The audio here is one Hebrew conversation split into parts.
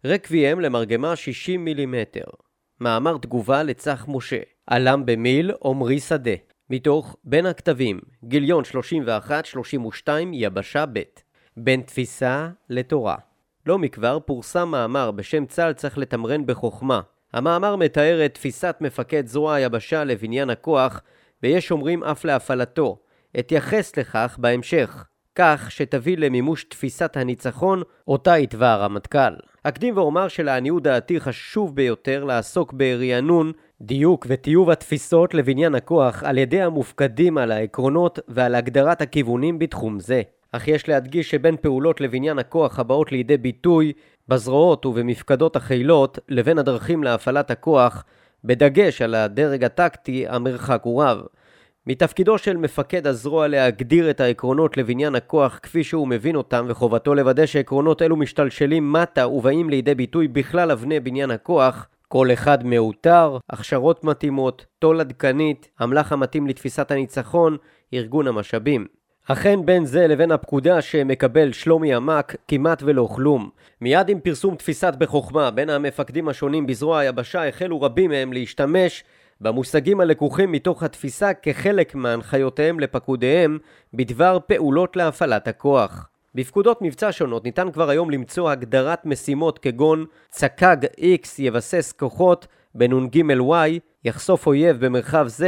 רקוויאם למרגמה 60 מילימטר. מאמר תגובה לצח משה. אלם במיל עומרי שדה. מתוך בין הכתבים, גיליון 31-32 יבשה ב'. בין תפיסה לתורה. לא מכבר פורסם מאמר בשם צה"ל צריך לתמרן בחוכמה. המאמר מתאר את תפיסת מפקד זרוע היבשה לבניין הכוח, ויש אומרים אף להפעלתו. אתייחס לכך בהמשך, כך שתביא למימוש תפיסת הניצחון אותה התווה הרמטכ"ל. אקדים ואומר שלעניות דעתי חשוב ביותר לעסוק ברענון, דיוק וטיוב התפיסות לבניין הכוח על ידי המופקדים על העקרונות ועל הגדרת הכיוונים בתחום זה. אך יש להדגיש שבין פעולות לבניין הכוח הבאות לידי ביטוי בזרועות ובמפקדות החילות לבין הדרכים להפעלת הכוח, בדגש על הדרג הטקטי, המרחק הוא רב. מתפקידו של מפקד הזרוע להגדיר את העקרונות לבניין הכוח כפי שהוא מבין אותם, וחובתו לוודא שעקרונות אלו משתלשלים מטה ובאים לידי ביטוי בכלל אבני בניין הכוח, כל אחד מאותר, הכשרות מתאימות, תול עדכנית, המלאך המתאים לתפיסת הניצחון, ארגון המשאבים. אכן בין זה לבין הפקודה שמקבל שלומי עמק כמעט ולא כלום. מיד עם פרסום תפיסת בחוכמה בין המפקדים השונים בזרוע היבשה החלו רבים מהם להשתמש במושגים הלקוחים מתוך התפיסה כחלק מהנחיותיהם לפקודיהם בדבר פעולות להפעלת הכוח. בפקודות מבצע שונות ניתן כבר היום למצוא הגדרת משימות כגון צקג X יבסס כוחות בנ"ג Y, יחשוף אויב במרחב Z,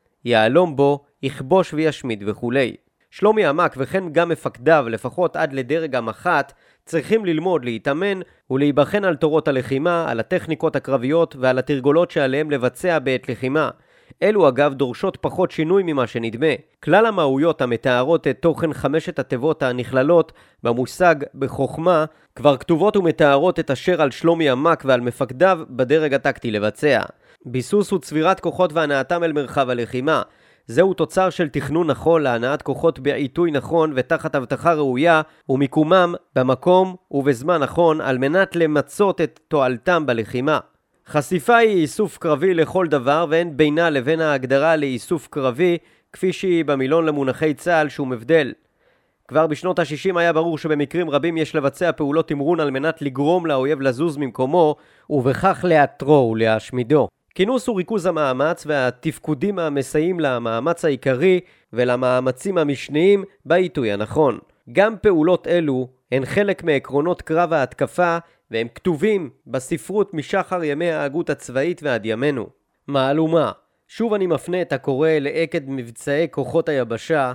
יעלום בו, יכבוש וישמיד וכו'. שלומי עמק וכן גם מפקדיו לפחות עד לדרג המח"ט צריכים ללמוד, להתאמן ולהיבחן על תורות הלחימה, על הטכניקות הקרביות ועל התרגולות שעליהם לבצע בעת לחימה. אלו אגב דורשות פחות שינוי ממה שנדמה. כלל המהויות המתארות את תוכן 5 התיבות הנכללות במושג בחוכמה כבר כתובות ומתארות את אשר על שלומי עמק ועל מפקדיו בדרג הטקטי לבצע. ביסוס וצבירת כוחות והנעתם אל מרחב הלחימה. זהו תוצר של תכנון נכון להנעת כוחות בעיתוי נכון ותחת הבטחה ראויה ומיקומם במקום ובזמן נכון על מנת למצות את תועלתם בלחימה. חשיפה היא איסוף קרבי לכל דבר ואין בינה לבין ההגדרה לאיסוף קרבי כפי שהיא במילון למונחי צה"ל שום הבדל. כבר בשנות ה-60 היה ברור שבמקרים רבים יש לבצע פעולות תמרון על מנת לגרום לאויב לזוז ממקומו ובכך לאתרו ולהשמידו. כינוס הוא ריכוז המאמץ והתפקודים המסייעים למאמץ העיקרי ולמאמצים המשניים בעיתוי הנכון. גם פעולות אלו הן חלק מעקרונות קרב ההתקפה והם כתובים בספרות משחר ימי ההגות הצבאית ועד ימינו. מעלומה, שוב אני מפנה את הקורא לעקד מבצעי כוחות היבשה,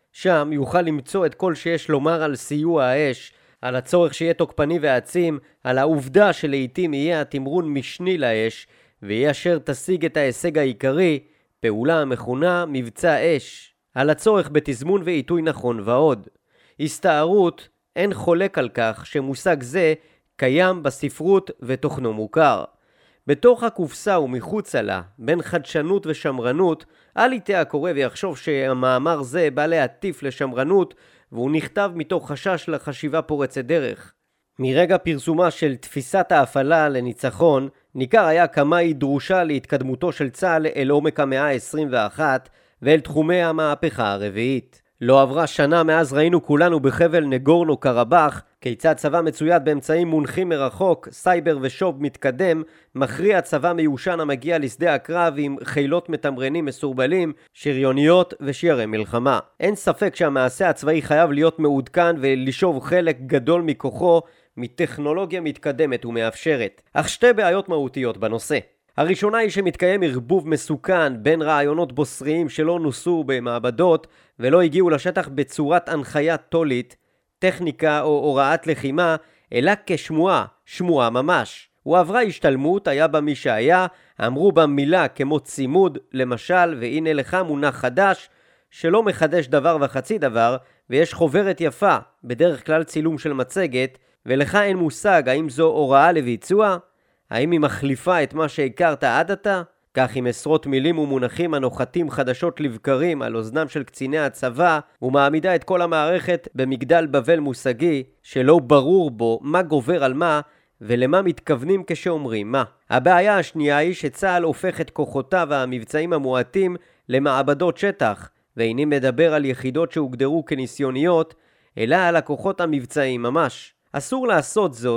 שם יוכל למצוא את כל שיש לומר על סיוע האש, על הצורך שיהיה תוקפני ועצים, על העובדה שלעיתים יהיה התמרון משני לאש, והיא אשר תשיג את ההישג העיקרי, פעולה המכונה מבצע אש, על הצורך בתזמון ועיתוי נכון ועוד. הסתערות, אין חולק על כך שמושג זה קיים בספרות ותוכנו מוכר. בתוך הקופסה ומחוצה לה, בין חדשנות ושמרנות, אל יטעה הקורא ויחשוב שהמאמר זה בא להטיף לשמרנות, והוא נכתב מתוך חשש לחשיבה פורצת דרך. מרגע פרסומה של תפיסת ההפעלה לניצחון, ניכר היה כמה היא דרושה להתקדמותו של צה"ל אל עומק המאה ה-21 ואל תחומי המהפכה הרביעית. לא עברה שנה מאז ראינו כולנו בחבל נגורנו קרבאח כיצד צבא מצויד באמצעים מונחים מרחוק, סייבר ושוב מתקדם, מכריע צבא מיושן המגיע לשדה הקרב עם חילות מתמרנים מסורבלים, שריוניות ושיירי מלחמה. אין ספק שהמעשה הצבאי חייב להיות מעודכן ולשוב חלק גדול מכוחו מטכנולוגיה מתקדמת ומאפשרת. אך שתי בעיות מהותיות בנושא. הראשונה היא שמתקיים ערבוב מסוכן בין רעיונות בוסריים שלא נוסו במעבדות ולא הגיעו לשטח בצורת הנחיה טולית, טכניקה או הוראת לחימה, אלא כשמועה, שמועה ממש. הוא עברה השתלמות, היה בה מי שהיה, אמרו בה מילה כמו צימוד, למשל, והנה לך מונח חדש, שלא מחדש דבר וחצי דבר, ויש חוברת יפה, בדרך כלל צילום של מצגת, ולך אין מושג האם זו הוראה לביצוע? האם היא מחליפה את מה שהכרת עד עתה? כך עם עשרות מילים ומונחים הנוחתים חדשות לבקרים על אוזנם של קציני הצבא, ומעמידה את כל המערכת במגדל בבל מושגי, שלא ברור בו מה גובר על מה, ולמה מתכוונים כשאומרים מה. הבעיה השנייה היא שצה"ל הופך את כוחותיו המבצעים המועטים למעבדות שטח, ואיני מדבר על יחידות שהוגדרו כניסיוניות, אלא על הכוחות המבצעים ממש. אסור לעשות זאת,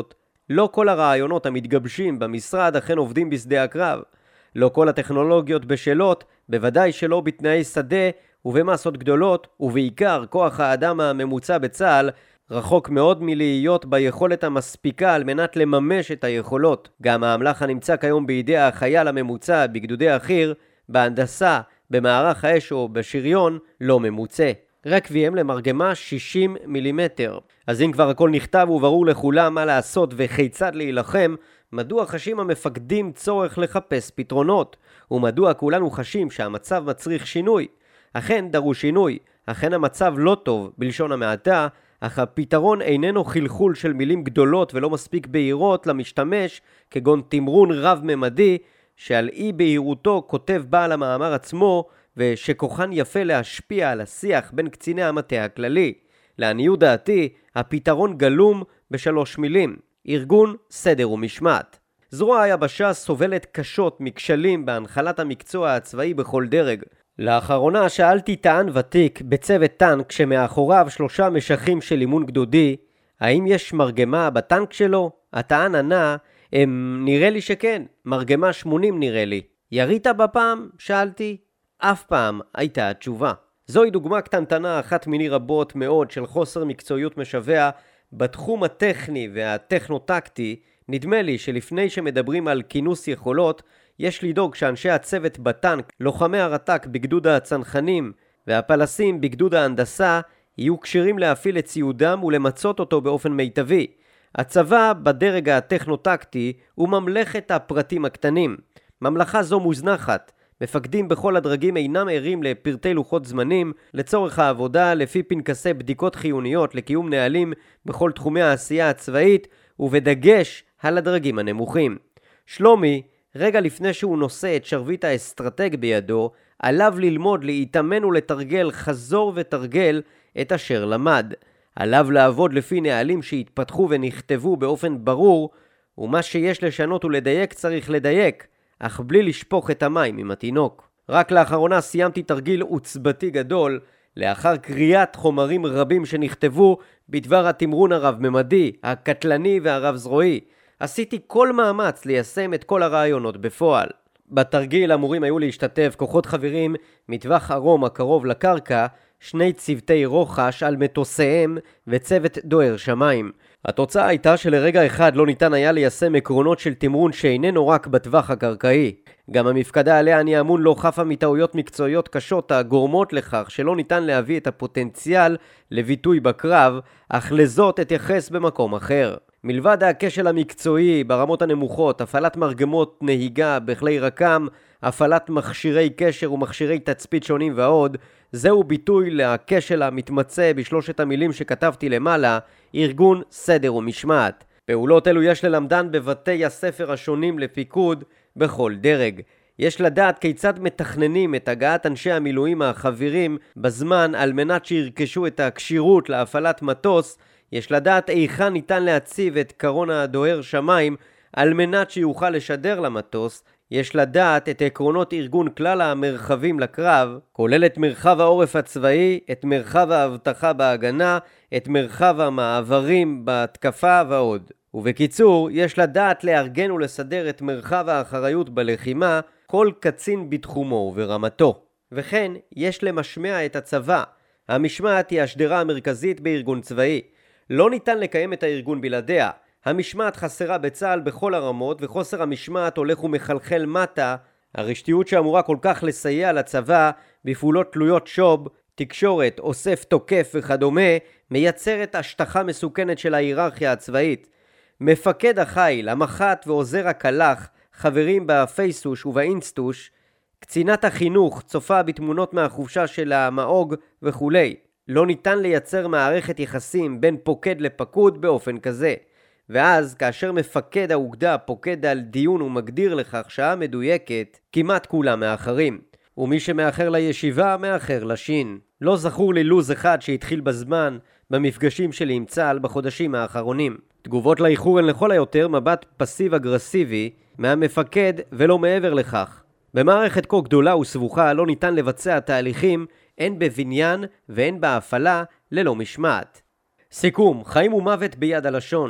לא כל הרעיונות המתגבשים במשרד אכן עובדים בשדה הקרב. לא כל הטכנולוגיות בשלות, בוודאי שלא בתנאי שדה ובמסות גדולות, ובעיקר כוח האדם הממוצע בצה"ל, רחוק מאוד מלהיות ביכולת המספיקה על מנת לממש את היכולות. גם האמל"ח הנמצא כיום בידי החייל הממוצע בגדודי החי"ר, בהנדסה, במערך האש או בשריון, לא ממוצה. רקוויאם למרגמה 60 מילימטר. אז אם כבר הכל נכתב וברור לכולם מה לעשות וכיצד להילחם, מדוע חשים המפקדים צורך לחפש פתרונות? ומדוע כולנו חשים שהמצב מצריך שינוי? אכן דרוש שינוי, אכן המצב לא טוב בלשון המעטה, אך הפתרון איננו חלחול של מילים גדולות ולא מספיק בהירות למשתמש, כגון תמרון רב-ממדי, שעל אי בהירותו כותב בעל המאמר עצמו, ושכוחן יפה להשפיע על השיח בין קציני המטה הכללי. לעניות דעתי, הפתרון גלום בשלוש מילים: ארגון, סדר ומשמעת. זרוע היבשה סובלת קשות מכשלים בהנחלת המקצוע הצבאי בכל דרג. לאחרונה שאלתי טען ותיק בצוות טנק שמאחוריו 3 משכים של אימון גדודי, האם יש מרגמה בטנק שלו? הטען ענה, נראה לי שכן, מרגמה 80 נראה לי. ירית בפעם? שאלתי. אף פעם הייתה התשובה. זוהי דוגמה קטנטנה אחת מיני רבות מאוד של חוסר מקצועיות משווע בתחום הטכני והטכנו-טקטי. נדמה לי שלפני שמדברים על כינוס יכולות, יש לדאוג שאנשי הצוות בטנק, לוחמי הרט"ק בגדוד הצנחנים והפלסים בגדוד ההנדסה, יהיו כשירים להפעיל את ציודם ולמצות אותו באופן מיטבי. הצבא בדרג הטכנו-טקטי הוא ממלכת הפרטים הקטנים. ממלכה זו מוזנחת. מפקדים בכל הדרגים אינם ערים לפרטי לוחות זמנים לצורך העבודה לפי פנקסי בדיקות חיוניות לקיום נהלים בכל תחומי העשייה הצבאית ובדגש על הדרגים הנמוכים. שלומי, רגע לפני שהוא נושא את שרביט האסטרטג בידו, עליו ללמוד, להתאמן ולתרגל חזור ותרגל את אשר למד. עליו לעבוד לפי נהלים שהתפתחו ונכתבו באופן ברור, ומה שיש לשנות ולדייק צריך לדייק, אך בלי לשפוך את המים עם התינוק. רק לאחרונה סיימתי תרגיל עוצבתי גדול, לאחר קריאת חומרים רבים שנכתבו בדבר התמרון הרב-ממדי, הקטלני והרב-זרועי. עשיתי כל מאמץ ליישם את כל הרעיונות בפועל. בתרגיל אמורים היו להשתתף כוחות חברים מטווח ארום הקרוב לקרקע, 2 צוותי רוחש על מטוסיהם וצוות דוהר שמיים. התוצאה הייתה שלרגע אחד לא ניתן היה ליישם עקרונות של תמרון שאיננו רק בטווח הקרקעי. גם המפקדה עליה אני אמון לא חפה מטעויות מקצועיות קשות הגורמות לכך שלא ניתן להביא את הפוטנציאל לביטוי בקרב, אך לזאת אתייחס במקום אחר. מלבד הכשל המקצועי ברמות הנמוכות, הפעלת מרגמות נהיגה בכלי רקם, הפעלת מכשירי קשר ומכשירי תצפית שונים ועוד, זהו ביטוי לכשל המתמצא בשלושת המילים שכתבתי למעלה, ארגון, סדר ומשמעת. פעולות אלו יש ללמדן בבתי הספר השונים לפיקוד בכל דרג. יש לדעת כיצד מתכננים את הגעת אנשי המילואים החברים בזמן על מנת שירכשו את הקשירות להפעלת מטוס. יש לדעת איכן ניתן להציב את קרון הדוהר שמיים על מנת שיוכל לשדר למטוס. יש לדעת את עקרונות ארגון כלל המרחבים לקרב, כולל את מרחב העורף הצבאי, את מרחב האבטחה בהגנה, את מרחב המעברים בהתקפה ועוד. ובקיצור, יש לדעת לארגן ולסדר את מרחב האחריות בלחימה, כל קצין בתחומו וברמתו. וכן, יש למשמע את הצבא. המשמעת היא השדרה המרכזית בארגון צבאי. לא ניתן לקיים את הארגון בלעדיה. המשמעת חסרה בצה"ל בכל הרמות, וחוסר המשמעת הולך ומחלחל מטה. הרשתיות שאמורה כל כך לסייע לצבא בפעולות תלויות שוב, תקשורת, אוסף תוקף וכדומה, מייצרת השטחה מסוכנת של ההיררכיה הצבאית. מפקד החיל, המח"ט ועוזר הקלח חברים בפייסוש ובאינסטוש, קצינת החינוך צופה בתמונות מהחופשה של המאוג וכו'. לא ניתן לייצר מערכת יחסים בין פוקד לפקוד באופן כזה. ואז כאשר מפקד האוגדה פוקד על דיון ומגדיר לכך שעה מדויקת, כמעט כולם מאחרים. ומי שמאחר לישיבה מאחר לשין. לא זכור לי לוז אחד שהתחיל בזמן במפגשים שלי עם צה"ל בחודשים האחרונים. תגובות לאיחור הן לכל היותר מבט פסיב אגרסיבי מהמפקד ולא מעבר לכך. במערכת כה גדולה וסבוכה לא ניתן לבצע תהליכים הן בבניין והן בהפעלה ללא משמעת. סיכום, חיים ומוות ביד הלשון.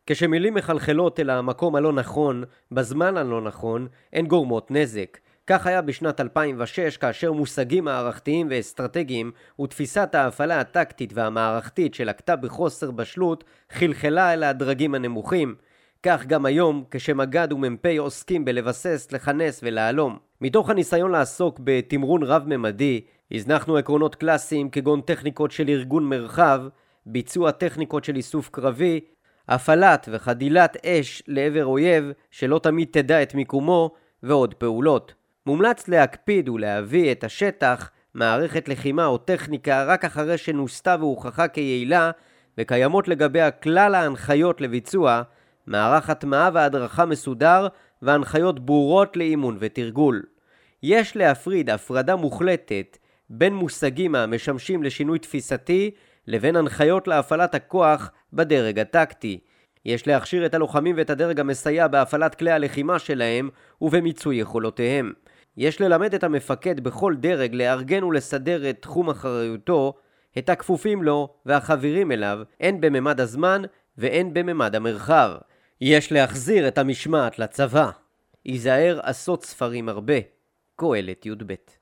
כשמילים מחלחלות אל המקום הלא נכון, בזמן הלא נכון, הן גורמות נזק. כך היה בשנת 2006, כאשר מושגים מערכתיים ואסטרטגיים ותפיסת ההפעלה הטקטית והמערכתית שלקתה בחוסר בשלות חלחלה אל הדרגים הנמוכים. כך גם היום, כשמג"ד ומ"פ עוסקים בלבסס, לכנס ולהלום. מתוך הניסיון לעסוק בתמרון רב-ממדי, הזנחנו עקרונות קלאסיים כגון טכניקות של ארגון מרחב, ביצוע טכניקות של איסוף קרבי, הפעלת וחדילת אש לעבר אויב שלא תמיד תדע את מיקומו, ועוד פעולות. מומלץ להקפיד ולהביא את השטח, מערכת לחימה או טכניקה רק אחרי שנוסתה והוכחה כיעילה, וקיימות לגביה כלל ההנחיות לביצוע, מערך הטמעה והדרכה מסודר, והנחיות ברורות לאימון ותרגול. יש להפריד הפרדה מוחלטת בין מושגים המשמשים לשינוי תפיסתי, לבין הנחיות להפעלת הכוח בדרג הטקטי. יש להכשיר את הלוחמים ואת הדרג המסייע בהפעלת כלי הלחימה שלהם ובמיצוי יכולותיהם. יש ללמד את המפקד בכל דרג לארגן ולסדר את תחום אחריותו, את הכפופים לו והחברים אליו, הן בממד הזמן והן בממד המרחב. יש להחזיר את המשמעת לצבא. ייזהר עשות ספרים הרבה. קהלת י"ב.